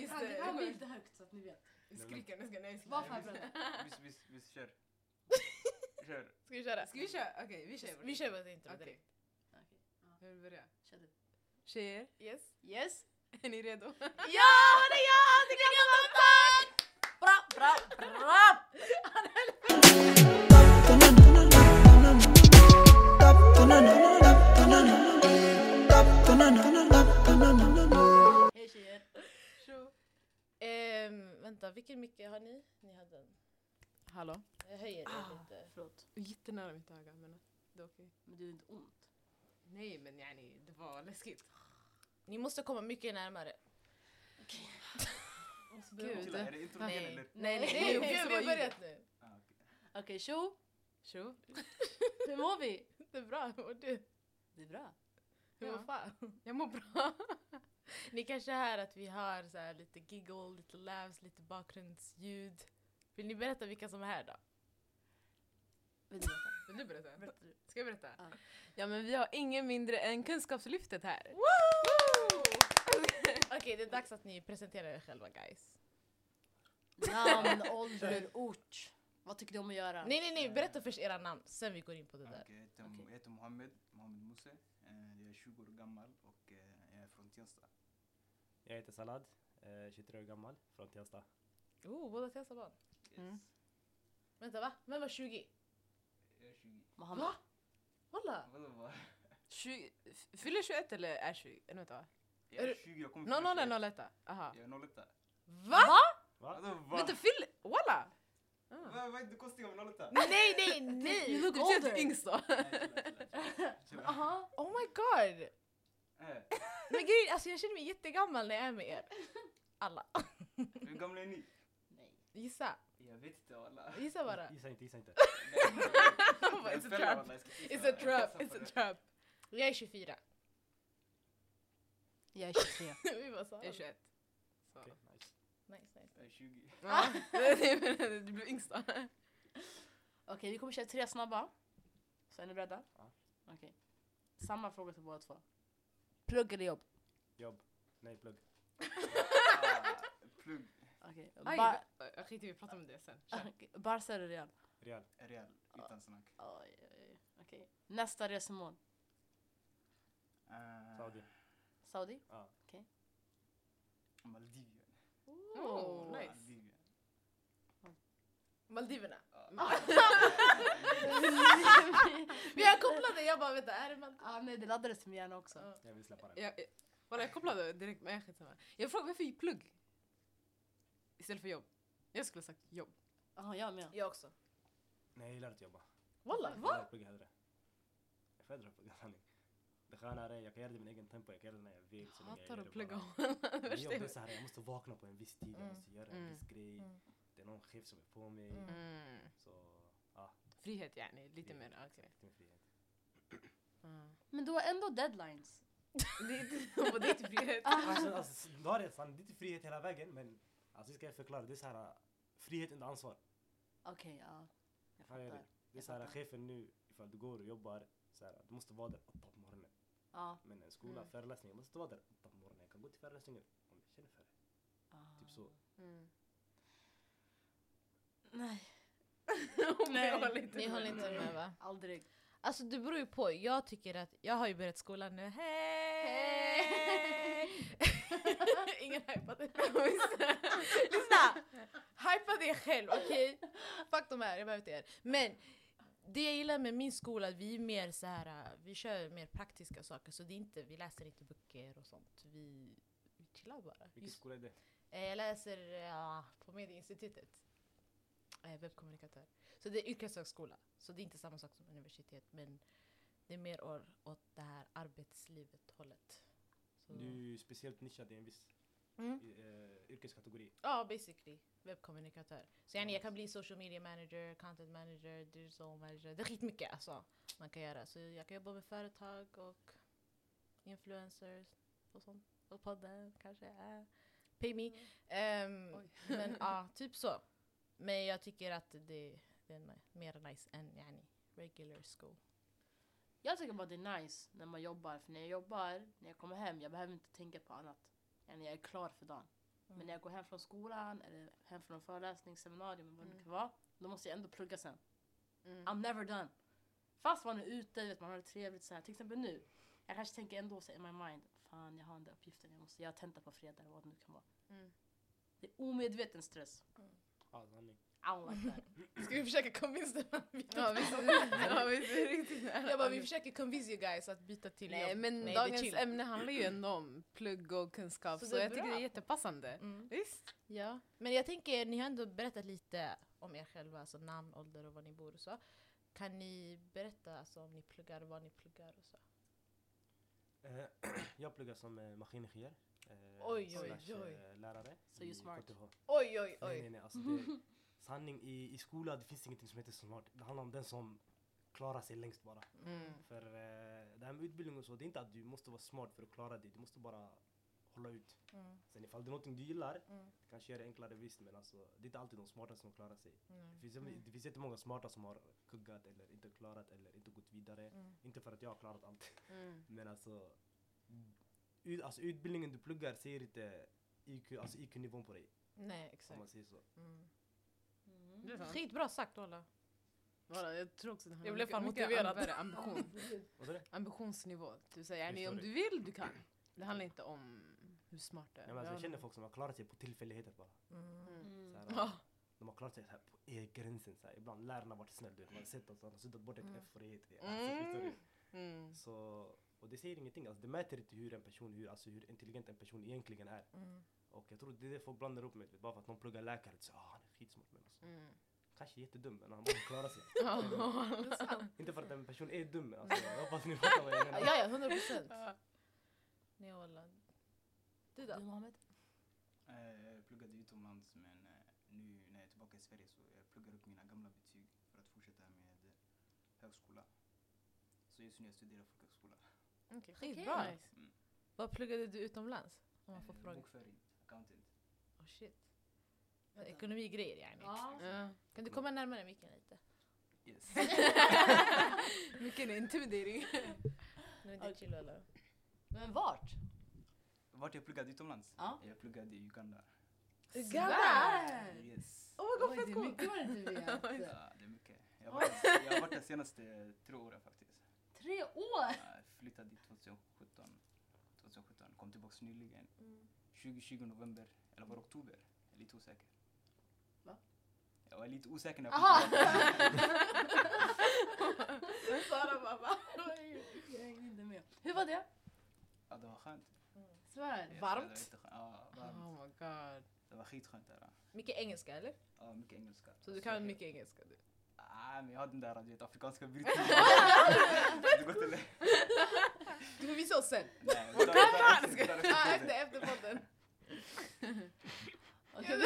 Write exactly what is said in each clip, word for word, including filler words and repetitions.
Just Ja, det. det kan bli lite högt så att ni vet. Skrika, nu ska nej. Vad förberedd? Visst, visst, visst, kör. Kör. Ska vi köra? Ska vi köra? Okej, okay, vi kör. Vi kör vårt intro Okej. direkt. Okej. Ja. Jag vill börja. Kör du. Tjejer, Yes. Yes. är ni redo? Ja, det är jag! Det kan jag vara. Bra, bra, bra! Hej tjejer. Tjo. Ehm, vänta, vilken mycket har ni? Ni hade en. Hallå? Jag höjer det Ah, lite. förlåt. Jättenära mitt öga, men det är okej. Men du är inte ont. Nej, men yani, det var läskigt. Ni måste komma mycket närmare. Gud. Chilla, är det intro Nej. igen eller? Nej, nej, Nej, nej, vi, vi har nej, börjat nu. Ah, okej. Okej, tjo. Tjo. Hur mår vi? Det är bra, hur mår du? Det är bra. Hur Ja. mår fan? Jag mår bra. Ni kanske hör att vi har så här lite giggle, lite laughs, lite bakgrundsljud. Vill ni berätta vilka som är här då? Vill du veta? Vill du berätta? Berätta du. Ska jag berätta? Ja. Ja, men vi har ingen mindre än Kunskapslyftet här. Okej, det är dags att ni presenterar er själva, guys. Namn, ålder, ort. Vad tycker du om att göra? Nej, nej, nej, berätta först era namn, sen vi går in på det där. Okej, jag heter- Okej. jag heter Mohammed, Mohammed Mose. Eh, Jag är tjugo år gammal och eh, jag är från Tensta. Jag heter Salad, eh, tjugotre år gammal, från Tensta. Oh, båda Tensta barn. Yes. Mm. Vänta, va? Vem var tjugo? Jag är tjugo. Mohammed. Va? Walla? Vadå va? tjugo, f- fyller tjugoett eller är tjugo? Eller vänta, va? Jag Är är du- tjugo, jag kommer noll noll fylla eller tjugoett. noll ett? Aha. Jag är noll ett. Va? Va? Vadå va? Vänta, fyll... Walla! Ah. Va- Vad är det konstiga med noll ett? Nej, nej, nej! You look Older. just yngst då. Nej, chilla, chilla, chilla, chilla. Aha. Oh my god! Eh, Men grejen, alltså jag känner mig jättegammal när jag är med er. Alla. Hur gamla är ni? Nej. Gissa. Jag vet inte alla. Gissa bara. Gissa inte, gissa inte. It's a trap. It's a trap. It's a trap. Jag är tjugofyra. Jag är tjugotre. Vi var så. Jag är tjugoett. Så. Okej, nice. Nice, nice. Jag är tjugo. Ja, du blev yngst då. Okej, vi kommer köra tre snabba. Så är ni beredda? Ja. Okej. Samma fråga till båda två. Plugg eller jobb? Jobb. Nej, plugg. Ah, Plugg. Okej. Aj, Bar- jag skiter i, vi pratar om det sen. Kör. Okej, Barca eller Real? Real. Real, utan snack. Oj, oj, oj. Okej. Nästa resmål? Eh, Saudi. Saudi? Ja. Maldiven. Oh, nice. Maldiven. Maldiverna. Ja. Vi har kopplat det, jag bara vänta, är det Maldiverna? Ah, nej, det laddades till min hjärna också. Ja. Jag vill släppa den. Jag, jag, walla, jag kopplade direkt med skitsamma. Jag frågade varför gick plugg? Istället för jobb. Jag skulle ha sagt jobb. Ja, jag med. Jag också. Nej, jag gillar inte jobba. Walla, Jag va? gillar att plugga hellre. Jag föredrar att plugga, sanning. Det sköna är, jag kan göra det i min egen tempo, jag kan göra det när jag vill. Så länge jag Hatar gör att det plugga. bara. Men Värsta jobb är är- så här, jag måste vakna på en viss tid, jag Mm. måste göra en Mm. viss grej. Mm. Det är någon chef som är på mig. Mm. Mm. Så, ja. Frihet yani, lite mer. frihet. Okej. Lite mer frihet. Mm. Men du har ändå deadlines. Det är inte- och det är inte frihet. Alltså, alltså, du har det, fan, det är inte frihet hela vägen, men alltså, ska jag förklara, det är så här, uh, frihet under ansvar. Okej, ja. Jag Fan, jag fattar. Det är så här, fattar. chefen nu, ifall du går och jobbar, så här, du måste vara där åtta på morgonen. Ja. Men en skola, Mm. föreläsning, jag måste vara där åtta på morgonen. Jag kan gå till föreläsningen om jag känner för det. Ah. Typ så. Mm. Nej, Nej, jag håller inte Ni med. håller inte med, va? aldrig. Alltså det beror ju på, jag tycker att, jag har ju börjat skolan nu, hej! Ingen hypar det. Lyssna! Hypa det själv, okej? Fuck de här, jag behöver inte er. Men det jag gillar med min skola, att vi är mer så här, vi kör mer praktiska saker, så det är inte, vi läser inte böcker och sånt. Vi, vi chillar bara. Vilken Just, skola är det? eh, jag läser ja, på Medieinstitutet. Eh, webbkommunikatör. Så det är yrkeshögskola. Så det är inte samma sak som universitet. Men det är mer år, åt det här arbetslivet hållet. Så, Du är speciellt nischad i en viss mm. i, eh, yrkeskategori. Ja, basically. Webbkommunikatör. Så yani, jag kan bli social media manager, content manager, digital manager. Det är skitmycket alltså, man kan göra. Så jag kan jobba med företag och influencers och sånt. Och podden kanske. Äh. Pay me. Um, Oj. men ja, typ så. Men jag tycker att det, det är ni- mer nice än yani, regular school. Jag tycker bara det är nice när man jobbar. För när jag jobbar, när jag kommer hem, jag behöver inte tänka på annat. Än jag är klar för dagen. Men när jag går hem från skolan eller hem från en föreläsning, seminarium, vad det kan vara, då måste jag ändå plugga sen. Mm. I'm never done. Fast man är ute, vet, man har det trevligt så här. Till exempel nu. Jag kanske tänker ändå så in my mind, fan jag har den där uppgiften, jag måste, jag har tentat på fredag eller vad det nu kan vara. Mm. Det är omedveten stress. Ja, sanning. I don't like that. Ska vi försöka convince dem att byta? Ja, visst, ja, visst, det är riktigt. Jag bara, vi försöker convince you guys att byta till Nej, jobb. men Nej, det är dagens chill. ämne handlar ju ändå om plugg och kunskap, Så så, det är jag tycker bra. det är jättepassande. Mm. Visst? Ja, men jag tänker, ni har ändå berättat lite om er själva, alltså namn, ålder och var ni bor och så. Kan ni berätta alltså, om ni pluggar, vad ni pluggar och så? Eh, jag pluggar som eh, maskiningenjör. Eh, Oj, slash, oj, oj. eh, lärare. So you i smart. K T H. Oj, oj, Nej, oj. nej, nej. Alltså det, sanning i, i skolan, det finns ingenting som heter smart. Det handlar om den som klarar sig längst bara. Mm. För eh, det här med utbildning och så, det är inte att du måste vara smart för att klara det. Du måste bara hålla ut. Mm. Sen ifall det är någonting du gillar, Mm. kanske gör det enklare visst, men alltså, det är inte alltid de smarta som klarar sig. Mm. Det finns, Mm. det finns jättemånga smarta som har kuggat eller inte klarat eller inte gått vidare. Mm. Inte för att jag har klarat allt. Mm. Men alltså, ut, alltså utbildningen du pluggar ser inte I Q, alltså I Q-nivån på dig. Nej, Om exakt. man säger så. Mm. Mm. Det är sant. Skitbra sagt, Ola. Voilà, jag tror också det handlar Jag blev mycket- fan mycket motiverad. ambere- ambition. Vad sa du? Ambitionsnivå. Du säger, Förstår yani, om du? du vill, du kan. Det handlar inte om hur smart du är. Nej, men alltså, jag Ja. känner folk som har klarat sig på tillfälligheter bara. Mm. Mm. Så här, Ja. De har klarat sig så här på e-gränsen. Så här. Ibland lärarna har varit snäll. Du vet. Man har sett att de har suttit bort ett Mm. F för det. Alltså, förstår du? Mm. Så, och det säger ingenting. Alltså, det mäter inte hur en person, hur, alltså, hur intelligent en person egentligen är. Mm. Och jag tror det är det folk blandar upp med. Vet, bara för att någon pluggar läkare. Så, ah, han är skitsmart. Men alltså, Mm. kanske jättedum, men han bara klarar sig. Ja. Inte för att en person är dum. Men alltså, jag hoppas ni fattar vad jag menar. Ja, ja, hundra procent. Ja. Nej, Ola. Du Du då? Mohammed? Eh, Jag pluggade utomlands men eh, nu när jag är tillbaka i Sverige så jag pluggar upp mina gamla betyg för att fortsätta med eh, högskola. Så just nu jag studerar folkhögskola. Okej, Skitbra. nice. Mm. Vad pluggade du utomlands? Om man får Eh, fråga. Bokföring, accountant. Oh, shit. Ekonomigrejer, yani. Ja. Ja. Kan du komma närmare micken lite? Yes. Vilken intimidating. Nu är det chill, eller? Men vart? Vart jag pluggade utomlands? Ja. Jag pluggade i Uganda. Svär! Yes. Oh my god, Oj, fett det är coolt. mycket man inte vet. Ja, det är mycket. Jag har varit, jag har varit där senaste tre åren faktiskt. Tre år! Jag flyttade dit tjugosjutton. tjugosjutton, kom tillbaka nyligen. tjugo tjugo november, eller var det oktober? Jag är lite osäker. Va? Jag var lite osäker när jag kom Aha! tillbaka. Sara bara va? Jag hängde inte med. Hur var det? Ja, det var skönt. Svär. Jag Varmt? tror det var jätteskönt. Ja, varmt. Oh my god. Det var skitskönt där. Mycket engelska, eller? Ja, mycket engelska. Så du kan mycket engelska du? Ah, men jag har den där du vet, afrikanska brytningen. Det går inte lätt. Du får visa oss sen. Nej, vi tar det efter- vi tar det Ja, efter efter, efter podden. Okej.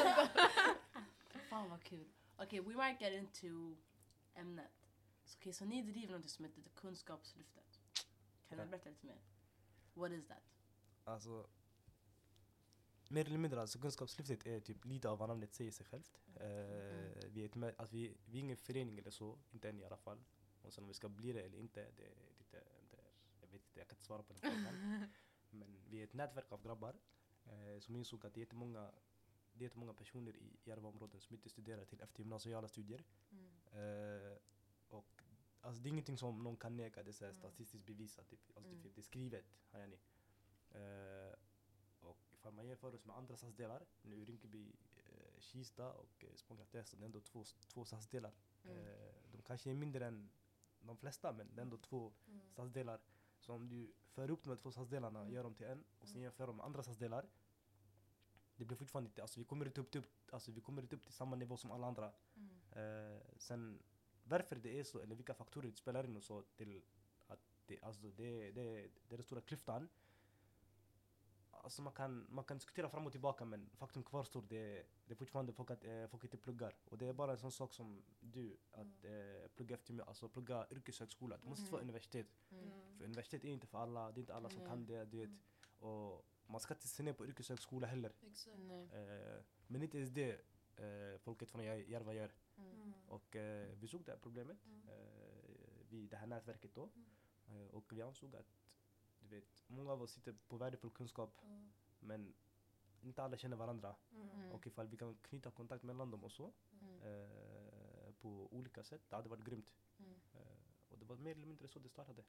Fan vad kul. Okej, we might get into ämnet. Så okej, så ni driver något som heter Kunskapslyftet. Kan du Ja. berätta lite mer? What is that? Alltså, mer eller mindre, alltså kunskapslyftet är typ lite av vad namnet säger sig självt. Eh, vi, är ett, med- alltså, vi, vi är ingen förening eller så, inte än i alla fall. Och sen om vi ska bli det eller inte, det är lite, det är, jag vet inte, jag kan inte svara på den frågan. Men vi är ett nätverk av grabbar eh, som insåg att det är jättemånga, det är jättemånga personer i Järvaområden som inte studerar till eftergymnasiala studier. Eh, och alltså, det är ingenting som någon kan neka, det är så här statistiskt bevisat, typ. Alltså, Mm. det, det är skrivet, har jag ni. Eh, och ifall man jämför oss med andra stadsdelar, nu Rinkeby, eh, Kista och eh, Spånga-Träsk, det är ändå två, två stadsdelar. Mm. Eh, de kanske är mindre än de flesta, men det är ändå två stadsdelar. Så om du för upp de här två stadsdelarna, Mm. gör dem till en och sen jämför dem med andra stadsdelar, det blir fortfarande inte, alltså vi kommer inte upp, upp, alltså vi kommer inte upp till samma nivå som alla andra. Eh, sen varför det är så, eller vilka faktorer det spelar in och så till att det, alltså det, det, det är den stora klyftan. Alltså man kan, man kan diskutera fram och tillbaka, men faktum kvarstår, det, det är fortfarande folk, att, eh, folk inte pluggar. Och det är bara en sån sak som du, att eh, plugga, efter, alltså plugga yrkeshögskola. Du måste Mm. få universitet. För universitet är inte för alla, det är inte alla som Nej. kan det, du vet. Och man ska inte se ner på yrkeshögskola heller. Nej. Eh, men inte ens det eh, folket från Jär- Järva gör. Mm. Och eh, vi såg det här problemet, eh, vid det här nätverket då. Eh, och vi ansåg att, du vet, många av oss sitter på värdefull kunskap, men inte alla känner varandra. Mm. Och ifall vi kan knyta kontakt mellan dem och så, Mm. eh, på olika sätt, det hade varit grymt. Mm. Eh, och det var mer eller mindre så det startade.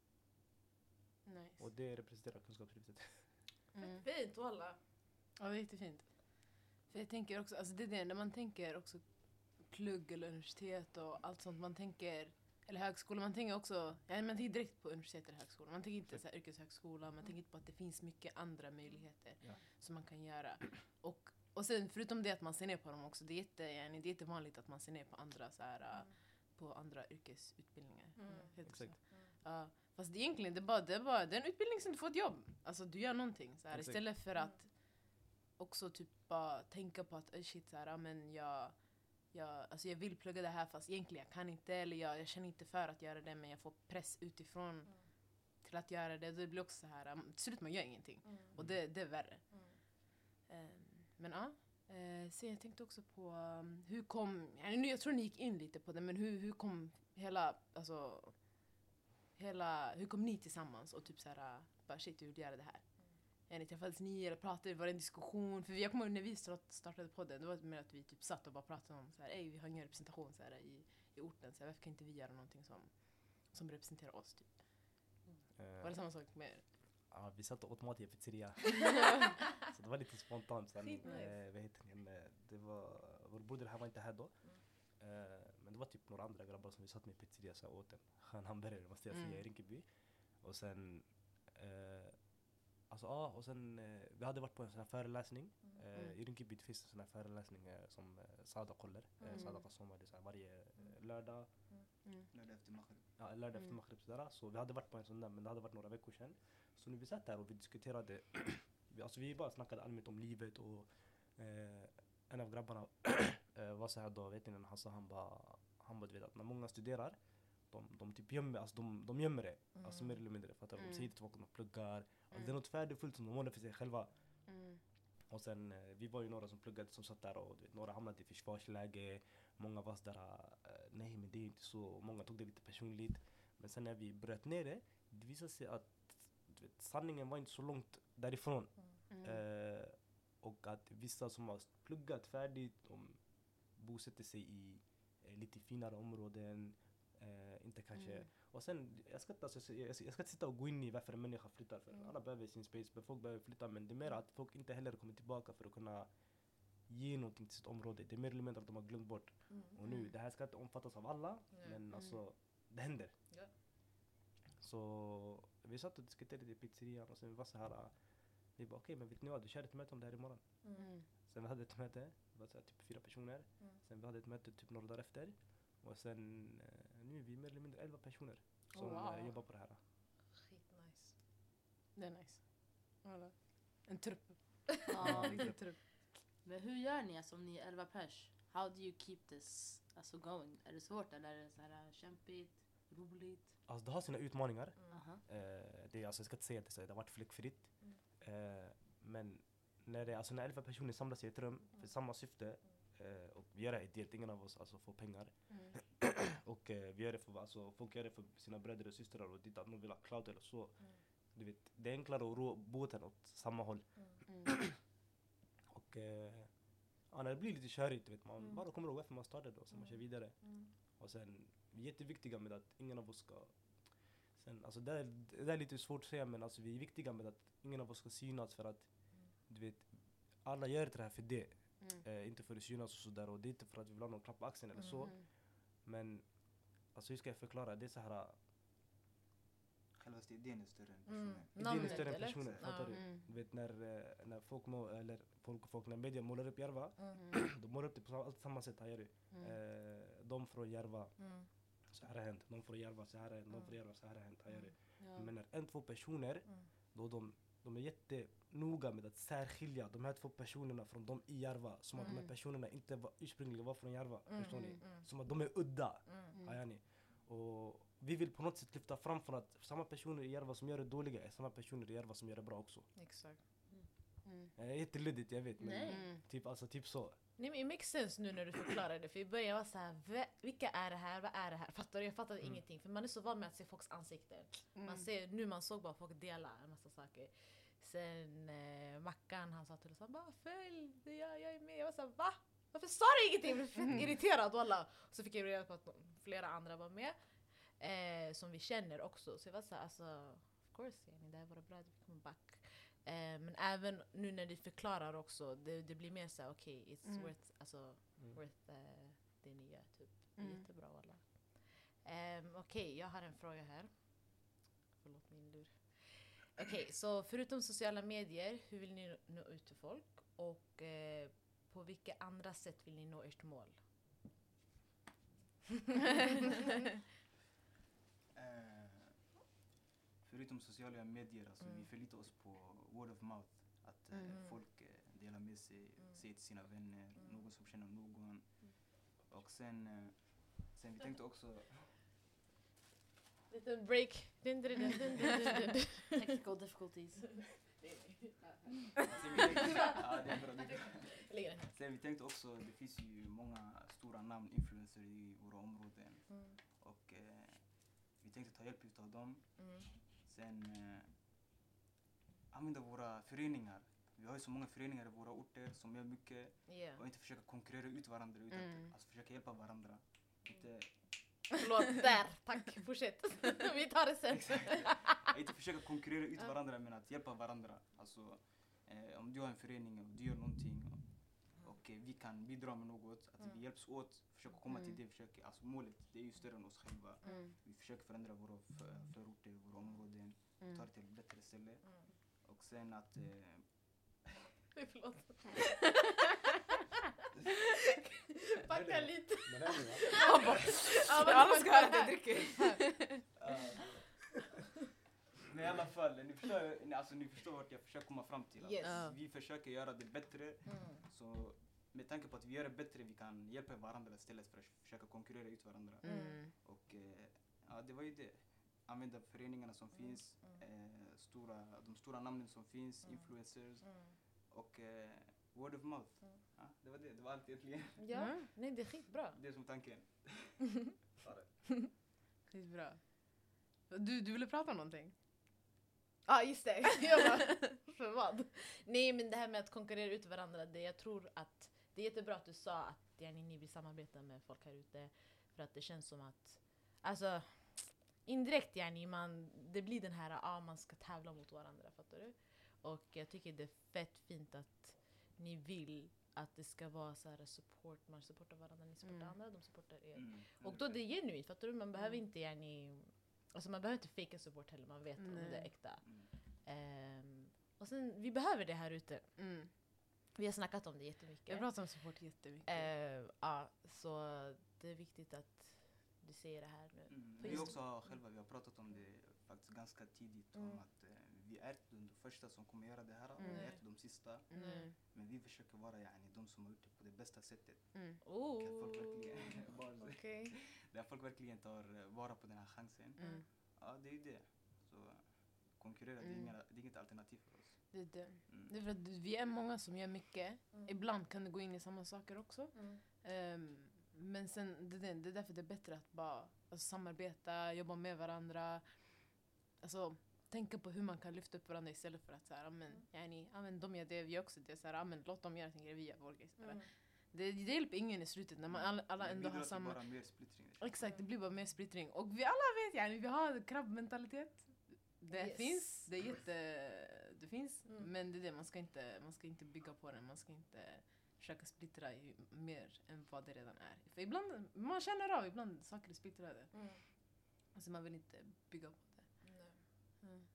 Nice. Och det representerar kunskapslyftet. Mm. Fint walla. Ja, det är jättefint. För jag tänker också, alltså det är det, när man tänker också plugg eller universitet och allt sånt, man tänker, eller högskola, man tänker också, ja, man tänker direkt på universitet eller högskola. Man tänker inte så här yrkeshögskola, man tänker inte på att det finns mycket andra möjligheter Ja. som man kan göra. Och, och sen förutom det att man ser ner på dem också, det är jätte, yani, det är jättevanligt att man ser ner på andra så här, äh, på andra yrkesutbildningar. Mm. Heter det Exakt. så? Ja, fast det är egentligen, det är bara, det är bara det är en utbildning som du får ett jobb. Alltså du gör någonting så här, Exakt. istället för att också typ bara tänka på att oh shit så här, ja, men jag, jag, alltså jag vill plugga det här fast egentligen jag kan inte, eller jag, jag känner inte för att göra det, men jag får press utifrån till att göra det. Det blir också så här, um, till slut man gör ingenting. Och det, det är värre. Ehm, men ja, eh, sen jag tänkte också på um, hur kom, ja, nu, jag tror ni gick in lite på det, men hur, hur kom hela, alltså hela, hur kom ni tillsammans och typ så här, bara shit jag vill göra det här. Ja, ni träffades ni eller pratade, var det en diskussion? För jag kommer ihåg när vi start- startade podden, det var mer att vi typ satt och bara pratade om så här, ej vi har ingen representation så här, i, i orten, så här, varför kan inte vi göra någonting som, som representerar oss typ? Var det samma sak med er? Ja, vi satt och åt mat i en pizzeria. Så det var lite spontant. Sen, Skitnice. eh, vad heter den? Eh, det var, vår broder här var inte här då. Eh, men det var typ några andra grabbar som vi satt med i pizzeria så jag åt en skön hamburgare måste jag säga Mm. i Rinkeby. Och sen, eh, alltså ja, och sen eh, vi hade varit på en sån här föreläsning. Eh, Mm. I Rinkeby finns en sån här föreläsning eh, som eh, Sada håller. Eh, Mm. Sada Qassoma, det är så här varje eh, lördag. Mm. Lördag efter Maghrib. Ja, lördag efter Mm. Maghrib sådär. Så vi hade varit på en sån där, men det hade varit några veckor sedan. Så nu vi satt där och vi diskuterade, vi, alltså vi bara snackade allmänt om livet och eh, en av grabbarna eh, var så här då, vet ni, när han sa, han bara, han bara, du vet att när många studerar, de, de typ gömmer, alltså de, de gömmer det, alltså mer eller mindre, fattar du? De Mm. säger till folk att de pluggar, alltså Mm. det är något färdigfullt som de håller för sig själva. Mm. Och sen, eh, vi var ju några som pluggade som satt där och du vet, några hamnade i försvarsläge, många var sådär, eh, nej men det är inte så, många tog det lite personligt. Men sen när vi bröt ner det, det visade sig att du vet, sanningen var inte så långt därifrån. Mm. Eh, och att vissa som har pluggat färdigt, de bosätter sig i eh, lite finare områden, eh, inte kanske. Mm. Och sen, jag ska, inte, alltså, jag, jag ska inte sitta och gå in i varför en människa flyttar, för Mm. alla behöver sin space, men folk behöver flytta, men det är mer att folk inte heller kommer tillbaka för att kunna ge någonting till sitt område. Det är mer eller mindre att de har glömt bort. Och nu, det här ska inte omfattas av alla, Nej. men Mm. alltså, det händer. Ja. Så vi satt och diskuterade i pizzerian och sen vi var så här, äh, vi bara okej, men vet ni vad, du kör ett möte om det här imorgon. Mm. Sen vi hade ett möte, det var så här, typ fyra personer. Mm. Sen vi hade ett möte typ några dagar efter. Och sen eh, nu är vi mer eller mindre elva personer som Oh, wow. eh, jobbar på det här. Skitnice. Det är nice. Voilà. En trupp. Ja. Riktig trupp. Men hur gör ni alltså, om ni är elva pers? How do you keep this alltså, going? Är det svårt eller är det så här kämpigt, roligt? Alltså det har sina utmaningar. Mm. Aha. Eh, det är, alltså, jag ska inte säga att det, så, det har varit fläckfritt. Mm. Eh, men när, det, alltså, när elva personer samlas i ett rum för samma syfte eh, och vi gör det ideellt, ingen av oss alltså, får pengar. Mm. Och eh, vi gör det för, alltså, folk gör det för sina bröder och systrar och dit att någon vill ha cloud eller så. Mm. Du vet, det är enklare att ro båten åt samma håll. Mm. Och eh, ja, när det blir lite körigt, du vet, man Mm. bara kommer ihåg varför man startade och sen man kör Mm. vidare. Mm. Och sen, vi är jätteviktiga med att ingen av oss ska... Sen, alltså det, är, det är lite svårt att säga, men alltså, vi är viktiga med att ingen av oss ska synas för att, du vet, alla gör det här för det. Mm. Eh, inte för att synas och sådär, och det är inte för att vi vill ha någon klapp på axeln eller så. Mm. Men, alltså hur ska jag förklara? Det är så här, Självaste idén är större än Mm. personen. idén är Namnet, större än eller? personen, Ja. fattar du? Mm. Du vet när, eh, när folk, må, eller folk och folk, när media målar upp Järva, Mm. de målar upp det på samma, allt samma sätt, här gör du. Mm. Eh, de från Järva, Mm. så här har hänt. De från Järva, så här har hänt. De Mm. från Järva, så här har hänt, här gör du. Ja. Men när en, två personer, Mm. då de, de är jättenoga med att särskilja de här två personerna från de i Järva. Som att de här Mm. personerna inte var, ursprungligen var från Järva. Mm. Förstår ni? Mm. Som att de är udda. Mm. Mm. Ayani. Och vi vill på något sätt lyfta fram för att samma personer i Järva som gör det dåliga är samma personer i Järva som gör det bra också. Exakt. Mm. Det är jätteluddigt, jag vet. Men Nej. Mm. typ, alltså, typ så. Nej men it makes sense nu när du förklarar det, för i början var så här, "Vä- vilka är det här, vad är det här? Fattar du? Jag fattade Mm. ingenting, för man är så van med att se folks ansikten. Man Mm. ser, nu man såg bara folk dela en massa saker. Sen eh, Mackan han sa till oss, han bara följ, det är jag, jag är med. Jag var såhär, va? Varför sa du ingenting? Jag blev fett irriterad, wallah. Och så fick jag reda på att flera andra var med. Eh, som vi känner också. Så jag var såhär, alltså, of course, yani, det här var bra, vi kommer back. Eh, men även nu när du förklarar också, det, det blir mer såhär, okej, okay, it's Mm. worth, alltså, Mm. worth eh, det ni gör, typ. Mm. Jättebra, wallah. Um, Okej, okay, jag har en fråga här. Förlåt min lur. Okej, okay, så förutom sociala medier, hur vill ni nå ut till folk? Och eh, på vilka andra sätt vill ni nå ert mål? Eh, förutom sociala medier, alltså Mm. vi förlitar oss på word of mouth. Att eh, Mm. folk eh, delar med sig, Mm. säger till sina vänner, Mm. någon som känner någon. Och sen, eh, sen vi tänkte också... Liten break. Dun, dun, dun, dun, dun, dun, dun. Technical difficulties. sen vi tänkte, ja, det är bra, det är bra. Lägger den här. Sen vi tänkte också, det finns ju många stora namn, influencers i våra områden. Mm. Och eh, vi tänkte ta hjälp utav dem. Mm. Sen eh, använda våra föreningar. Vi har ju så många föreningar i våra orter som gör mycket. Yeah. Och inte försöka konkurrera ut varandra utan Mm. alltså försöka hjälpa varandra. Inte, Förlåt, där. Tack, fortsätt. Vi tar det sen. inte försöka konkurrera ut Ja. varandra men att hjälpa varandra. Alltså, eh, om du har en förening och du gör någonting och, och eh, vi kan bidra med något, att Mm. vi hjälps åt, försöka komma Mm. till det, försöka, alltså målet det är ju större än oss själva. Mm. Vi försöker förändra våra för, förorter, våra områden, ta Mm. det till ett bättre ställe. Mm. Och sen att eh, Förlåt. Backa lite. Men det är det, va? Ja, men- Alla ska höra att jag dricker. men i alla fall, ni förstår, ni- alltså, ni förstår vart jag försöker komma fram till. Yes. Ja. Vi försöker göra det bättre. Mm. Så med tanke på att vi gör det bättre, vi kan hjälpa varandra istället för att försöka konkurrera ut varandra. Mm. Och eh, ja, det var ju det. Använda föreningarna som Mm. finns, eh, stora, de stora namnen som finns, Mm. influencers Mm. och eh, word of mouth. Mm. Ja, det var det, det var allt egentligen. Ja, Mm. nej det är skitbra. Det är som tanken. Skitbra. Du, du ville prata om någonting? Ja, ah, just det. Jag bara, för vad? Nej, men det här med att konkurrera ut varandra, det, jag tror att det är jättebra att du sa att yani, ni vill samarbeta med folk här ute. För att det känns som att, alltså indirekt yani, man, det blir den här, ja ah, man ska tävla mot varandra, fattar du? Och jag tycker det är fett fint att ni vill att det ska vara så här support, man supportar varandra, ni supportar Mm. andra, de supportar er. Mm. Och då det är genuint, fattar du? Man behöver Mm. inte yani, alltså man behöver inte fejka support heller, man vet om det är Nej. äkta. Mm. Ehm, och sen, vi behöver det här ute. Mm. Vi har snackat om det jättemycket. Jag pratar om support jättemycket. Ehm, ja, så det är viktigt att du säger det här nu. Mm. För Vi just- också har själva, vi har pratat om det faktiskt ganska tidigt Mm. om att eh, vi är inte de första som kommer göra det här, Mm. vi är Nej. inte de sista. Mm. Men vi försöker vara yani, de som har gjort det på det bästa sättet. Mm. Oh, Kan folk verkligen, bara så- okej. där folk verkligen tar eh, vara på den här chansen. Mm. Ja, det är ju det. Så konkurrera, det, är Mm. inga, det är inget alternativ för oss. Det är det. Mm. Det är för att vi är många som gör mycket. Mm. Ibland kan det gå in i samma saker också. Mm. Ehm, men sen, det, det, det är därför det är bättre att bara alltså, samarbeta, jobba med varandra. Alltså, tänka på hur man kan lyfta upp varandra istället för att så här, amen, Mm. yani, amen, de gör det, vi gör också det. Så här, amen, låt dem göra sin grej, vi gör vår grej. Så här. Mm. Det, det hjälper ingen i slutet när man alla, alla Det ändå bidrar har till samma... bara mer splittring. Exakt, det blir bara mer splittring. Och vi alla vet, yani, vi har krabbmentalitet. Det Yes. finns, det är jätte... Det finns, Mm. men det är det, man ska, inte, man ska inte bygga på den. Man ska inte försöka splittra i, mer än vad det redan är. För ibland, man känner av ibland saker är splittrade. Mm. Alltså man vill inte bygga på det. Nej. Mm.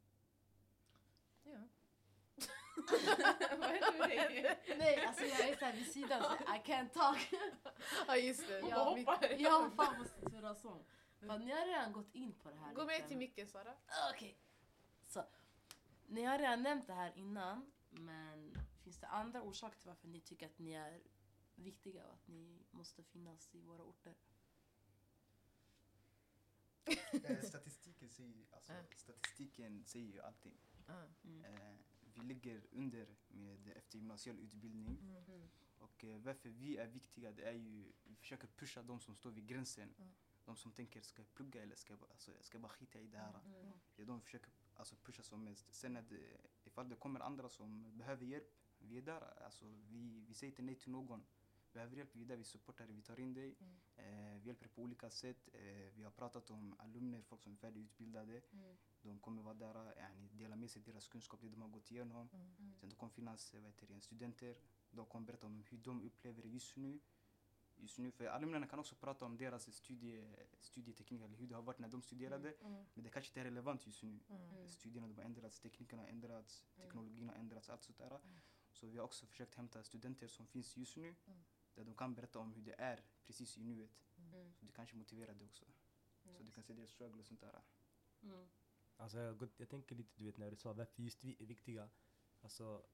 Ja. Vad händer med dig? Nej, alltså jag är såhär vid sidan så I can't talk. Ja, just det. Jag, Mitt- jag fan måste turas om. För att ni har redan gått in på det här. Gå med lite. till micken, Sara. Okej. Så. Ni har redan nämnt det här innan. Men finns det andra orsaker till varför ni tycker att ni är viktiga och att ni måste finnas i våra orter? Eh, statistiken säger, alltså, Ja. statistiken säger ju allting. Ah. Mm. Eh, vi ligger under med eftergymnasial utbildning. Mm. Mm. Och eh, varför vi är viktiga, det är ju, vi försöker pusha de som står vid gränsen. Mm. De som tänker, ska jag plugga eller ska jag, bara- alltså, ska jag bara skita i det här? Mm. Det är de vi försöker alltså, pusha som mest. Sen är det, ifall det kommer andra som behöver hjälp, vi är där. Alltså, vi, vi säger inte nej till någon. Behöver hjälp, vi är där, vi supportar dig, vi tar in dig. Mm. Eh, vi hjälper på olika sätt. Eh, vi har pratat om alumner, folk som är färdigutbildade. Mm. De kommer vara där, yani, dela med sig deras kunskap, det de har gått igenom. Mm. Sen det kommer finnas vad heter det, studenter. De kommer berätta om hur de upplever det just nu. Just nu, för alumnerna kan också prata om deras studie, studieteknik, eller hur det har varit när de studerade. Mm. Men det kanske inte är relevant just nu. Mm. Studierna de har ändrats, teknikerna har ändrats, Mm. teknologin har ändrats, allt sånt där. Så vi har också försökt hämta studenter som finns just nu. Mm. Där de kan berätta om hur det är precis i nuet. Mm. Så det kanske motiverar det också. Så du kan se deras struggle och sånt där. Mm. Alltså jag, har gått- jag tänker lite, du vet när du sa varför just vi är viktiga. Alltså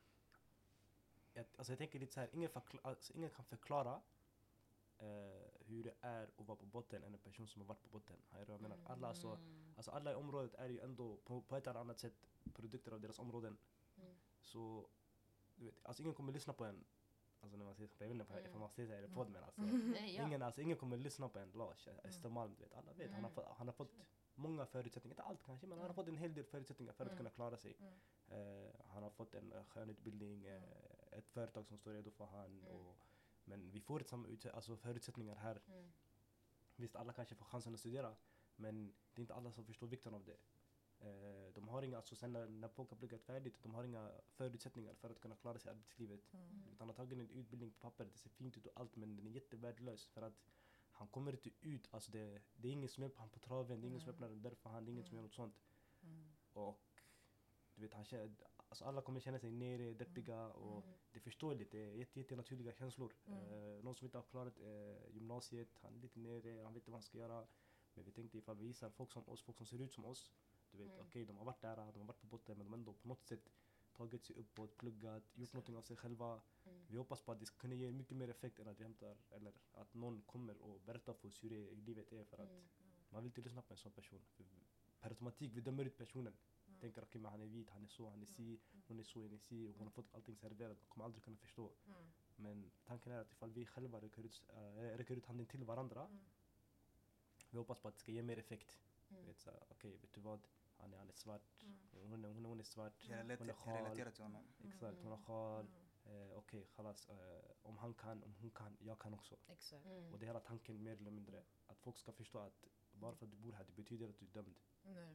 jag, alltså jag tänker lite så här, ingen, förkla- alltså ingen kan förklara eh, hur det är att vara på botten än en person som har varit på botten. Jag jag menar, alla, alltså, Mm. alltså alla i området är ju ändå på, på ett eller annat sätt produkter av deras områden. Mm. Så du vet, alltså ingen kommer lyssna på en, alltså när man säger, jag vet inte Mm. ifall man säger det här i podd, men alltså Nej, ja. ingen, alltså, ingen kommer lyssna på en Lars Östermalm, du vet, alla vet, han har Mm. fått, han har fått många förutsättningar, inte allt kanske, men han har Mm. fått en hel del förutsättningar för att Mm. kunna klara sig. Mm. Eh, han har fått en uh, skön utbildning, eh, ett företag som står redo för han. Mm. Och, men vi får inte samma ut, alltså förutsättningar här. Mm. Visst, alla kanske får chansen att studera, men det är inte alla som förstår vikten av det. Eh, de har inga, alltså sen när, när folk har pluggat färdigt, de har inga förutsättningar för att kunna klara sig i arbetslivet. Mm. Utan han har tagit en utbildning på papper, det ser fint ut och allt, men den är jättevärdelös för att han kommer inte ut, alltså det, det är ingen som hjälper han på traven, det är ingen som Mm. öppnar en dörr för han, det är ingen som gör något sånt. Mm. Och du vet, han känner, alltså alla kommer känna sig nere, deppiga och Mm. det är förståeligt, det är jätte, jätte naturliga känslor. Mm. Eh, någon som inte har klarat eh, gymnasiet, han är lite nere, han vet inte vad han ska göra. Men vi tänkte ifall vi visar folk som oss, folk som ser ut som oss, du vet, Mm. okej de har varit där, de har varit på botten, men de har ändå på något sätt tagit sig uppåt, pluggat, gjort någonting av sig själva. Mm. Vi hoppas på att det ska kunna ge mycket mer effekt än att vi hämtar, eller att någon kommer och berättar för oss hur det i livet är, för att Mm. man vill inte lyssna på en sån person. För per automatik, vi dömer ut personen. Mm. Tänker okej, men han är vit, han är så, han är si, hon är så, hon är si, och hon har fått allting serverat, man kommer aldrig kunna förstå. Mm. Men tanken är att ifall vi själva räcker ut, äh, räcker ut handen till varandra, Mm. vi hoppas på att det ska ge mer effekt. Mm. Vet, så här, okej, vet du vad? Han är, han är svart, Mm. hon, är, hon, är, hon är svart, Jag hon är relaterar, jag sjal. relaterar till honom. Exakt, hon har sjal. Mm. Eh, okej, chalas, eh, om han kan, om hon kan, jag kan också. Exakt. Mm. Och det är hela tanken mer eller mindre. Att folk ska förstå att bara för att du bor här, det betyder att du är dömd. Nej.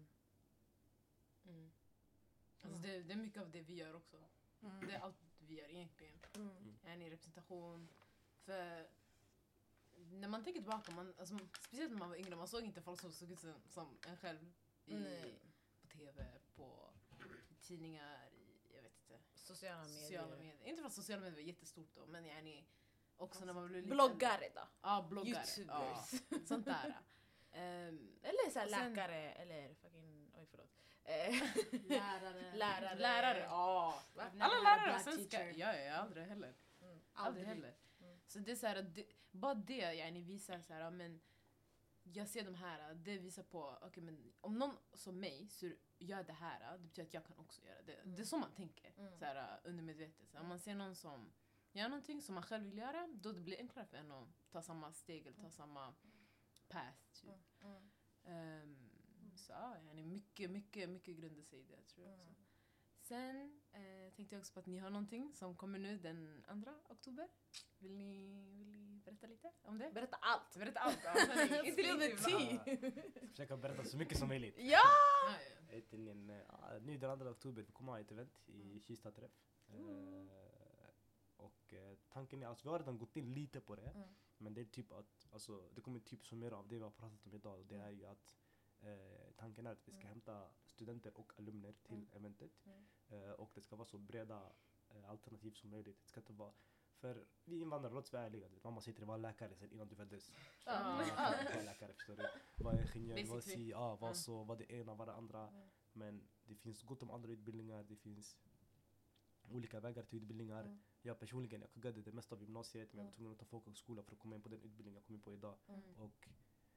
Mm. Alltså det, det är mycket av det vi gör också. Mm. Det är allt vi gör egentligen. Mm. En representation. För när man tänker tillbaka, man, alltså, speciellt när man var yngre, man såg inte folk som såg ut som, som en själv i, Nej. på tv, på i tidningar, i, jag vet inte, Sociala medier. sociala medier. Inte för att sociala medier var jättestort då, men yani, också när man blev lite Bloggare då? Ja, bloggare. Youtubers. Ja, sånt där. Ehm, Eller såhär Och sen- läkare, eller fucking, oj förlåt. Eh, Lärare. Lärare. lärare, ja. I've never Alla had a lärare black svenska. teacher. Ja, ja, ja, aldrig heller. Mm. Aldrig heller. Mm. Så det är så här, att det, bara det yani, visar så här, men jag ser de här, det visar på, okej men om någon som mig så gör det här, det betyder att jag kan också göra det. Det är så man tänker, Mm. så här, undermedvetet. Så om man ser någon som gör någonting som man själv vill göra, då det blir enklare för en att ta samma steg eller ta samma path. Typ. Mm. Mm. Ehm, så ja, yani, mycket, mycket, mycket grundar sig i det tror jag också. Mm. Sen eh, tänkte jag också på att ni har någonting som kommer nu den andra oktober. Vill ni, vill ni berätta lite om det? Berätta allt! Berätta allt! Ja, hörni. Inte Spill the lite tea! Ska försöka berätta så mycket som möjligt. Ja! Ja, ja. Eh, till en, eh, nu den andra oktober, vi kommer ha ett event i Mm. Kista träff. Eh, och eh, tanken är, alltså vi har redan gått in lite på det. Mm. Men det är typ att, alltså det kommer typ summera av det vi har pratat om idag. Det är ju att eh, tanken är att vi ska Mm. hämta studenter och alumner till Mm. eventet. Mm. Eh, och det ska vara så breda eh, alternativ som möjligt. Det ska inte vara, för vi invandrare, låt oss vara ärliga. du vet, Mamma sitter och var läkare sen innan du föddes. Ja. Var läkare, förstår du. Var ingenjör, var Basically. si, ja, var Ja. så, var det ena, var det andra. Mm. Men det finns gott om andra utbildningar, det finns olika vägar till utbildningar. Mm. Jag personligen, jag kuggade det mesta av gymnasiet, men jag var Mm. tvungen att ta folkhögskola för att komma in på den utbildning jag kom in på idag. Mm. Och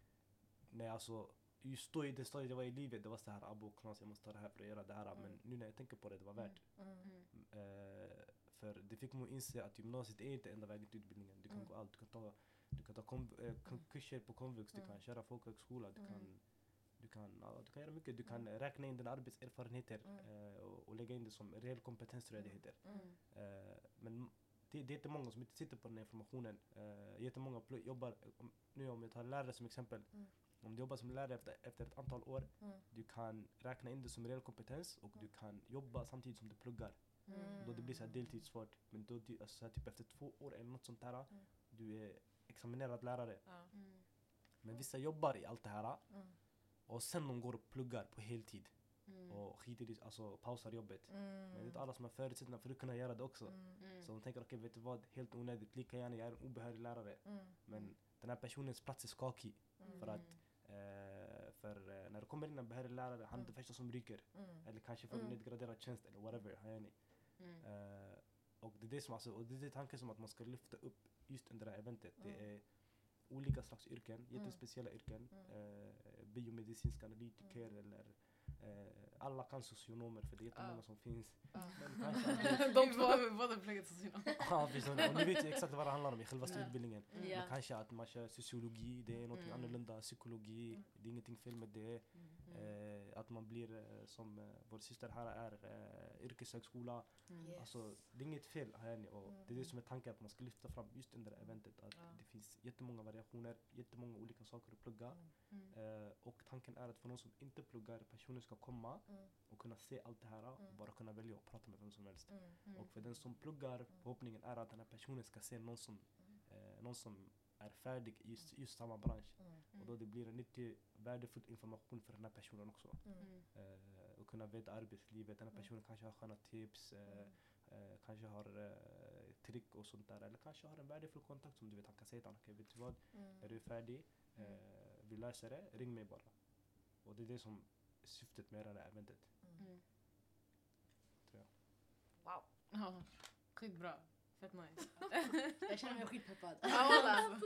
när jag alltså, just då i det stadiet jag var i livet, det var så här, abo, knas, jag måste ta det här för att göra det här. Mm. Men nu när jag tänker på det, det var värt. Mm. Mm. Eh, för det fick mig att inse att gymnasiet är inte enda vägen till utbildningen. Du kan Mm. gå allt, du kan ta, du kan ta kom, eh, kom, kurser på komvux, du Mm. kan köra folkhögskola, du Mm. kan Du kan, ja, du kan göra mycket. Du kan räkna in dina arbetserfarenheter Mm. eh, och, och lägga in det som reell kompetens, tror jag det heter. Mm. Eh, men det, det är jättemånga som inte sitter på den här informationen. Eh, jättemånga pl- jobbar, om, nu om jag tar lärare som exempel. Mm. Om du jobbar som lärare efter, efter ett antal år, Mm. du kan räkna in det som reell kompetens och du kan jobba samtidigt som du pluggar. Mm. Då det blir så här deltidsvård. Men då, du- alltså, så här, typ efter två år eller något sånt här, Mm. du är examinerad lärare. Ja. Mm. Men vissa jobbar i allt det här Mm. och sen de går och pluggar på heltid Mm. och skiter i, alltså pausar jobbet. Mm. Men det är inte alla som har förutsättningar för att kunna göra det också. Mm. Mm. Så de tänker, okej, vet du vad, helt onödigt, lika gärna jag är en obehörig lärare. Mm. Men den här personens plats är skakig. Mm. För att eh, för eh, när det kommer in en behörig lärare, han är det första som ryker. Mm. Eller kanske får en Mm. nedgraderad tjänst eller whatever, har ni. Mm. Eh, och det är det som alltså, och det är det tanken som att man ska lyfta upp just under det här eventet. Mm. Det är olika slags yrken, Mm. jättespeciella yrken. Mm. Eh, biomedicinska analytiker eller eh, alla kan socionomer, för det är jättemånga Ja. som finns. Ja. Men kanske att- De två har båda pluggat socionom. Ja, förstår ni? Och ni vet ju exakt vad det handlar om i själva Ja. utbildningen. Mm. Ja. Men kanske att man kör sociologi, det är något Mm. annorlunda. Psykologi, Mm. det är ingenting fel med det. Eh, att man blir, eh, som eh, vår syster här är, eh, yrkeshögskola. Mm. Yes. Alltså, det är inget fel här ni. Och Mm. det är det som är tanken, att man ska lyfta fram just under det här eventet. Att Ja. det finns jättemånga variationer, jättemånga olika saker att plugga. Mm. Mm. Eh, och tanken är att för någon som inte pluggar, personen ska komma Mm. och kunna se allt det här och Mm. bara kunna välja och prata med vem som helst. Mm. Mm. Och för den som pluggar, förhoppningen är att den här personen ska se någon som, eh, någon som är färdig i just, just samma bransch. Mm. Och då det blir en nyttig, värdefull information för den här personen också. Mm. Mm. Eh, och kunna veta arbetslivet, den här personen kanske har sköna tips, eh, Mm. eh, kanske har eh, trick och sånt där. Eller kanske har en värdefull kontakt som du vet, han kan säga till honom, okej, vet du vad, Mm. är du färdig? Eh, vi löser det, ring mig bara. Och det är det som är syftet med det här eventet, Mm. tror jag. Wow. Ja, skitbra. Fett nice. Jag känner mig skitpeppad. Ja, walla.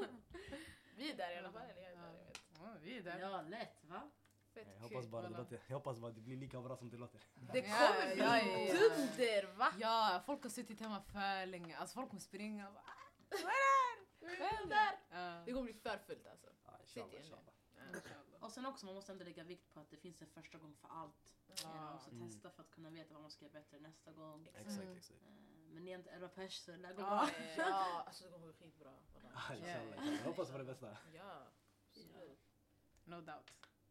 Vi är där i alla fall. Eller jag är där, jag vet. Ja, vi är där. Ja, lätt va? Fett Jag hoppas kul. bara det Voilà. låter, jag hoppas bara det blir lika bra som det låter. Det Ja, kommer bli ja, ja, ja. dunder, va? Ja, folk har suttit hemma för länge. Alltså folk kommer springa och bara, "Ah, vad är det här? Dunder! Ja. Det kommer bli för fullt alltså. Ja, Sitt igen inshallah, nu. inshallah. Och sen också, man måste ändå lägga vikt på att det finns en första gång för allt. Ja. Man måste Mm. testa för att kunna veta vad man ska göra bättre nästa gång. Exakt, Mm. exakt. Eh, Men ni är inte elva pers så det där går Ja. bra. Ja, alltså det kommer bli skitbra. Walla. Ah, inshallah, Ja, ja. inshallah. Jag hoppas på det bästa. Ja, absolut. No doubt.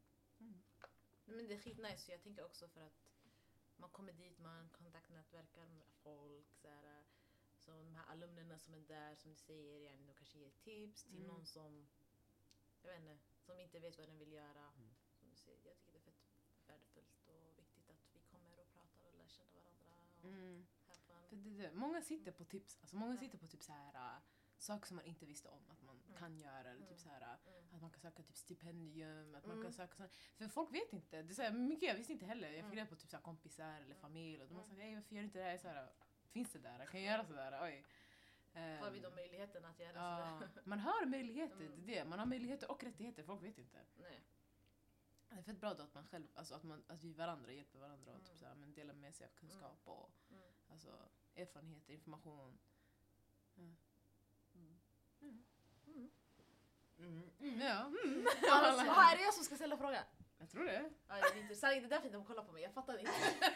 Nej, men det är skitnice, jag tänker också för att man kommer dit, man kontaktnätverkar med folk, så här, så de här alumnerna som är där, som du säger, yani, de kanske ger tips till Mm. någon som, jag vet inte, som inte vet vad den vill göra. Mm. Som du säger, jag tycker det är fett värdefullt och viktigt att vi kommer och pratar och lär känna varandra och Mm. have fun. Det, det, det. Många sitter på tips. Alltså många sitter på typ så här äh, saker som man inte visste om att man Mm. kan göra. Eller typ Mm. så här, äh, Mm. att man kan söka typ stipendium. Att man Mm. kan söka sån, för folk vet inte. Det är så här, mycket jag visste inte heller. Jag Mm. fick reda på typ så här kompisar eller Mm. familj. Och de har Mm. sagt, hej varför gör du inte det här? Så här, finns det där? Kan jag göra sådär? Oj. Har vi Ehm, de möjligheterna att göra ja, sådär? man har möjligheter, Mm. det är det. Man har möjligheter och rättigheter, folk vet inte. Nej. Det är fett bra då att man själv, alltså att, man, att vi varandra hjälper varandra och Mm. typ så här, men delar med sig av kunskap och Mm. alltså, erfarenheter, information. Ja. Mm. Mm. Mm. Mm, ja, mm. Alltså, här är jag som ska ställa frågan. Jag tror det. Ja, det är intressant. Det är därför de kollar på mig. Jag fattar inte.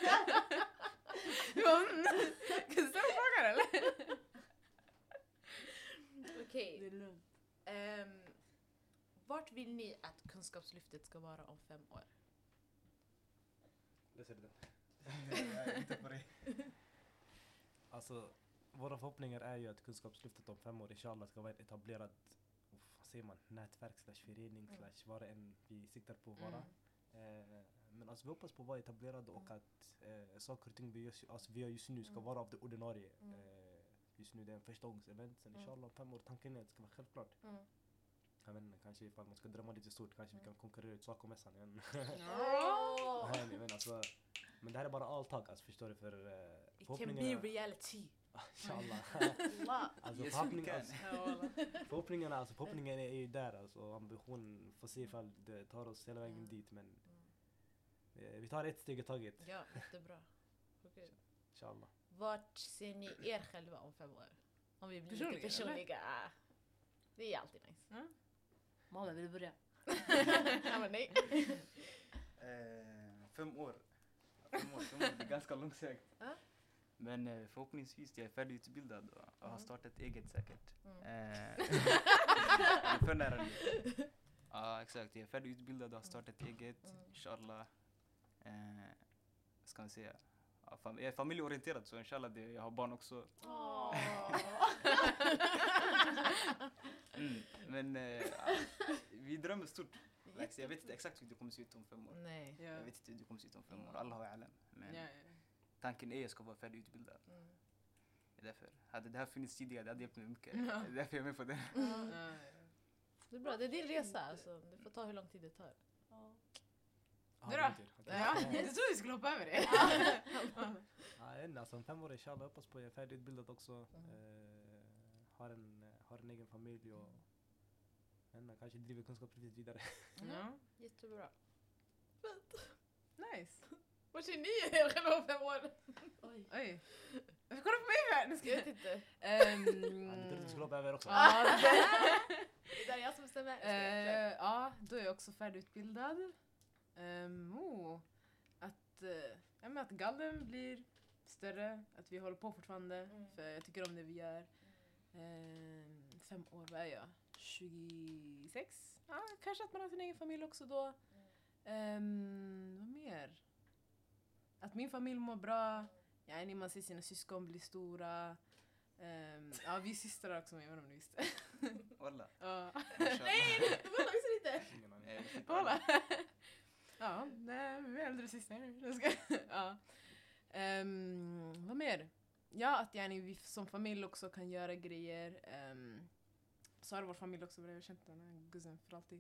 Ja, mm. Kan du ställa frågan eller? Okej. Det är lugnt. Ehm, vart vill ni att kunskapslyftet ska vara om fem år? Läser du den? Jag är inte på det. Alltså, våra förhoppningar är ju att kunskapslyftet om fem år inshallah ska vara ett etablerat, uff, vad säger man, nätverk slash förening Mm. slash vad det än vi siktar på att vara. Eh, men alltså vi hoppas på att vara etablerade och Mm. att eh, saker och ting vi, just, alltså, vi gör just nu ska Mm. vara av det ordinarie. Mm. Eh, just nu det är en första gångs event, sen Mm. inshallah om fem år, tanken är att det ska vara självklart. Mm. Jag vet inte, kanske ifall man ska drömma lite stort, kanske vi Mm. kan konkurrera ut Saco-mässan igen. Oh! Nej, men, alltså, men det här är bara alltag, alltså, förstår du? För eh, It can be förhoppningarna... reality. Inshallah. Allah. Alltså, Yes, förhoppning, we can. alltså, Ja, wallah. förhoppningarna, alltså, förhoppningen är ju där, alltså, ambitionen får se ifall det tar oss hela vägen Mm. dit, men eh, vi tar ett steg i taget, Ja, jättebra. Okej. inshallah. Vart ser ni er själva om fem år? Om vi blir Personliga, lite personliga. Ah, det är alltid nice. Mamma, vill du börja? Ja, men nej. Eh, fem år. Fem år, fem år, det är ganska långsökt. Ja. Men eh, förhoppningsvis jag är färdigutbildad och, och har startat eget säkert. Mm. Eh, jag är för nära nu. Ja, exakt. Jag är färdigutbildad och har startat eget. Mm. Inshallah. Eh, vad ska man säga? Ja, fam- jag är familjeorienterad så inshallah det, jag har barn också. Mm. Men eh, vi drömmer stort. Like, jag vet inte exakt hur det kommer se ut om fem år. Nej. Jag vet inte hur det kommer se ut om fem år. Alla har alam. Men Ja, ja. tanken är att jag ska vara färdigutbildad. Mm. Det är därför. Hade det här funnits tidigare, det hade hjälpt mig mycket. Ja. Det är därför jag är med på det. Ja, ja. Det är bra, det är din resa. Alltså. Du får ta hur lång tid det tar. Ja. Ah, Du det då? är tur. Okej. Ja, Ja. jag trodde vi skulle hoppa över det. Ja, jag vet inte, alltså om fem år inshallah, jag hoppas på att jag är färdigutbildad också. Mm. Eh, har, en, har en egen familj och men, kanske driver kunskapslyftet vidare. Ja, Jättebra. nice. Vad känner ni er själva om fem år? Oj. Oj. Varför kollar du på mig för? Nu ska Jag jag... vet inte. Ehm, Ja, du trodde du skulle hoppa över också? ja, Det är där jag som bestämmer. eh, ja, då är jag också färdigutbildad. Um, oh, att, uh, ja, men att gallen blir större, att vi håller på fortfarande, Mm. för jag tycker om det vi gör. Ehm, fem år, vad är jag? tjugosex? Ja, kanske att man har sin egen familj också då. Ehm, vad mer? Att min familj mår bra. Ja, ni man ser sina syskon bli stora. Ehm, ja, vi är systrar också, men jag vet inte om ni visste. Walla. Ja. Nej, det var också lite. Ingen aning. Eh, jag vet inte. Kolla! Ja, nej, vi är äldre syster. Jag ska- ja. Ehm, vad mer? Ja, att yani, vi som familj också kan göra grejer. Um, så har vår familj också, vi har känt den här guzzen för alltid.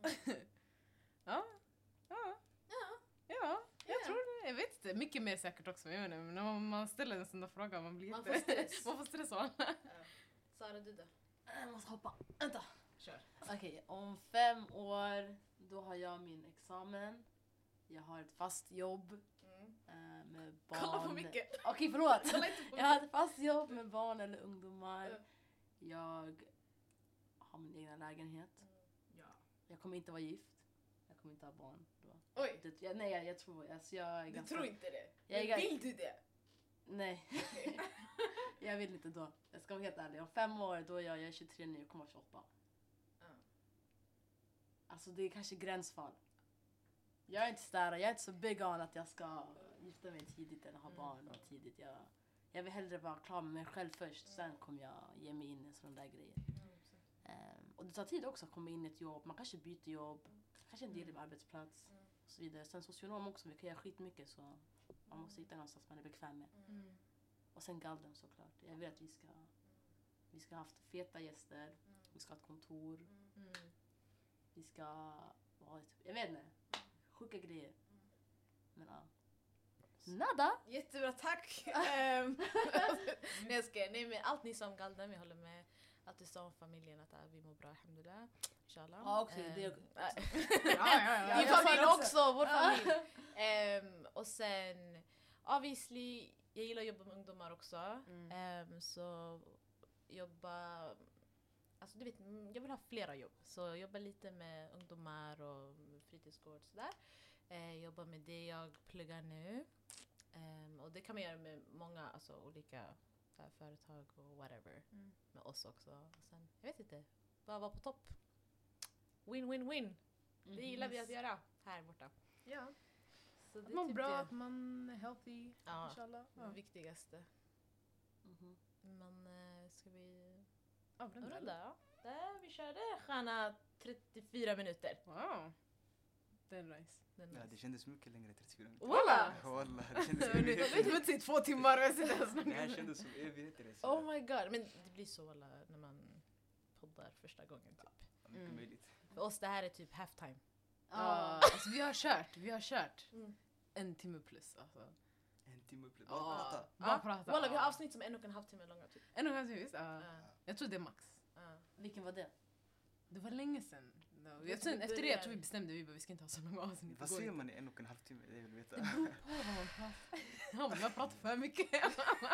ja, ja, Ja. ja, jag Ja. tror det. Jag vet inte, mycket mer säkert också. Men jag vet inte, men när man ställer en sån där fråga, man blir Man jätte- får stress. man får stress. va? Sara, du då? Jag måste hoppa. Vänta. Kör. Okej, om fem år då har jag min examen. Jag har ett fast jobb Mm. eh, med barn. Kolla på mycket. Okej, förlåt. Kolla inte på Jag har ett fast jobb med barn eller ungdomar. Ja. Jag har min egna lägenhet. Ja. Jag kommer inte vara gift. Jag kommer inte ha barn då. Oj, Det, jag, nej, jag, jag tror... Alltså, jag är du ganska, tror inte det? Jag är Men ga- vill du det? Nej, jag vill inte då. Jag ska vara helt ärlig. Om fem år då är jag, jag är tjugotre nu, jag kommer vara tjugoåtta. Ja. Alltså det är kanske gränsfall. Jag är inte så där, jag är inte så big on att jag ska gifta mig tidigt eller ha Mm. barn tidigt. Jag, jag vill hellre vara klar med mig själv först, sen kommer jag ge mig in i sådana där grejer. Ehm, och det tar tid också att komma in i ett jobb, man kanske byter jobb, kanske en del av arbetsplats Mm. och så vidare. Sen socionom också, vi kan göra skitmycket så man måste hitta någonstans man är bekväm med. Mm. Och sen Galden såklart. Jag vill att vi ska, vi ska ha haft feta gäster, vi ska ha ett kontor, Mm. vi ska ha ett, jag vet inte, sjuka grejer. Men ja. Nada! Jättebra, tack! Ehm, nej jag ska, nej men allt ni sa om Galden, vi håller med. Att du sa om familjen, att äh, vi mår bra, alhamdulillah. Inshallah. Ja, också, det är- Ehm, Ja, ja, ja. Ja, Min jag sa familj det också. också, vår familj. Ehm, och sen, obviously, jag gillar att jobba med ungdomar också. Mm. Ehm, så jobba, alltså du vet, mm, jag vill ha flera jobb. Så jobba lite med ungdomar och fritidsgård och sådär. Eh, jobba med det jag pluggar nu. Ehm, och det kan man göra med många alltså, olika så här, företag och whatever. Mm. Med oss också. Och sen, jag vet inte, bara vara på topp. Win, win, win. Det gillar vi att göra här borta. Ja. Så det Att man är är typ bra, det. att man är healthy, Ja, inshallah. det Ja. viktigaste. Mhm. Men eh, ska vi Avrunda, eller? avrunda? Ja. Där, vi körde sköna trettiofyra minuter. Wow. Det är nice. Den Ja, är det kändes mycket längre, trettiofyra minuter. Walla! Walla, det kändes Nu har vi evigheter. suttit i två timmar och jag sitter här och Det här snackar. kändes som evigheter. alltså. Oh my god, men det blir så alla när man poddar första gången typ. Ja, mycket Mm. möjligt. För oss det här är typ halftime. Ja, alltså vi har kört, vi har kört Mm. en timme plus alltså. En timme upp. Ja. Bara prata. Bara prata. Walla, vi har ja. avsnitt som är en och en halv timme långa typ. En och en halv timme, visst? Ja. Ja, Jag tror det är max. ja. Vilken var det? Det var länge sedan. No. Jag Jag tror tror, vi efter det börjar- jag tror vi bestämde vi bara, vi ska inte ha så många avsnitt. Vad Det går säger inte. man i en och en halv timme? Det vill jag veta. Det beror på vad man pratar. Ja, men jag pratar för mycket. Alltså,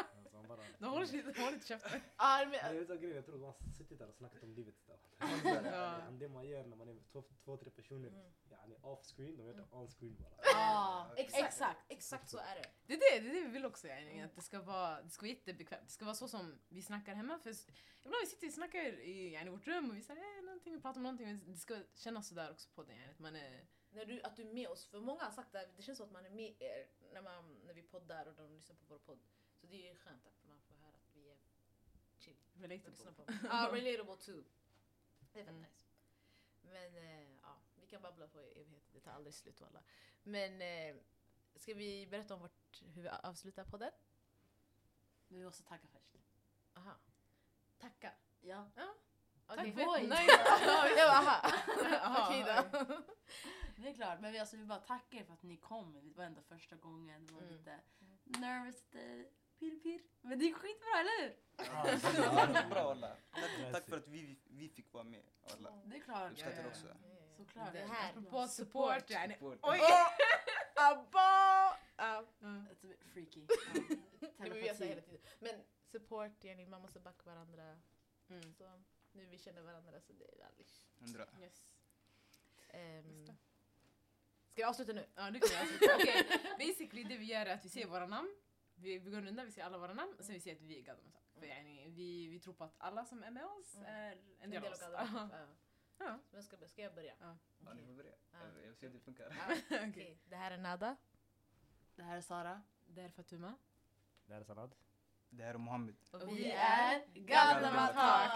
bara. De håller inte, de håller inte käften. Ja, men, Jag vet, grejen, jag tror att man har suttit där och snackat om livet. Där. Ja. Det man gör när man är två, två tre personer, Mm. ja, off screen, de gör det on screen bara. Ja, exakt, exakt. exakt så är det. Det är det, det är det vi vill också yani, att det ska vara, det ska vara jättebekvämt. Det ska vara så som vi snackar hemma. För ibland vi sitter och snackar i yani, vårt rum och vi säger eh, någonting, vi pratar om någonting. Men det ska kännas sådär också på det. Yani, att man är... När du, att du är med oss, för många har sagt att det känns som att man är med er när, man, när vi poddar och de lyssnar på vår podd. Så det är ju skönt att man får höra att vi är chill. Relatable. Lyssna på. Ja, relatable too. Det är fett Mm. nice. Men eh, ja, vi kan babbla på i evighet, det tar aldrig slut alla. Men eh, ska vi berätta om vart, hur vi avslutar podden? Vi måste tacka först. Aha. Tacka. Ja. Okej. för- Oj. Nej. Ja, aha. Okej då. Det är klart, men vi, alltså, vi bara tackar för att ni kom. Det var ändå första gången. Det var Mm. lite nervöst, lite pirr pirr. Men det är skitbra, eller hur? Ja, det var bra alla. Tack, tack för att vi, vi fick vara med alla. Det är klart. Uppskattar Ja, också. Såklart. Det här. Apropå support. Yani. Support. Oj! Abba! Ja. Mm. It's a bit freaky. Det vill vi säga hela tiden. Men support, yani, man måste backa varandra. Mm. Så nu vi känner varandra så det är aldrig. Hundra. Yes. Um, Nästa. ska vi avsluta nu? Ja, det kan jag säga. Okej, basically det vi gör är att vi säger våra namn. Vi, vi går runt där, vi säger alla våra namn och sen vi säger att vi är Gadamata. För yani, vi, vi tror på att alla som är med oss Mm. är en del av oss. alla. Ja. Ja. Men ska, ska jag börja? Ja. Ja, ni får börja. Ja. Jag, jag vill se hur det funkar. Ja. Okej. Okej. Det här är Nada. Det här är Sara. Det är Fatuma. Det här är Sanad. Det här är Mohammed. Och Och vi är Gadamata.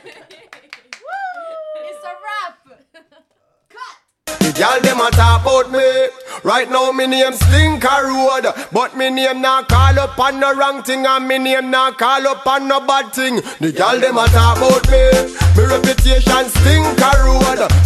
It's a wrap! The girl dem a talk about me. Right now me name Slinker Road, but me name not call up on no wrong thing, and me name not call up on no bad thing. The girl dem a talk about me. Me reputation Slinker Road.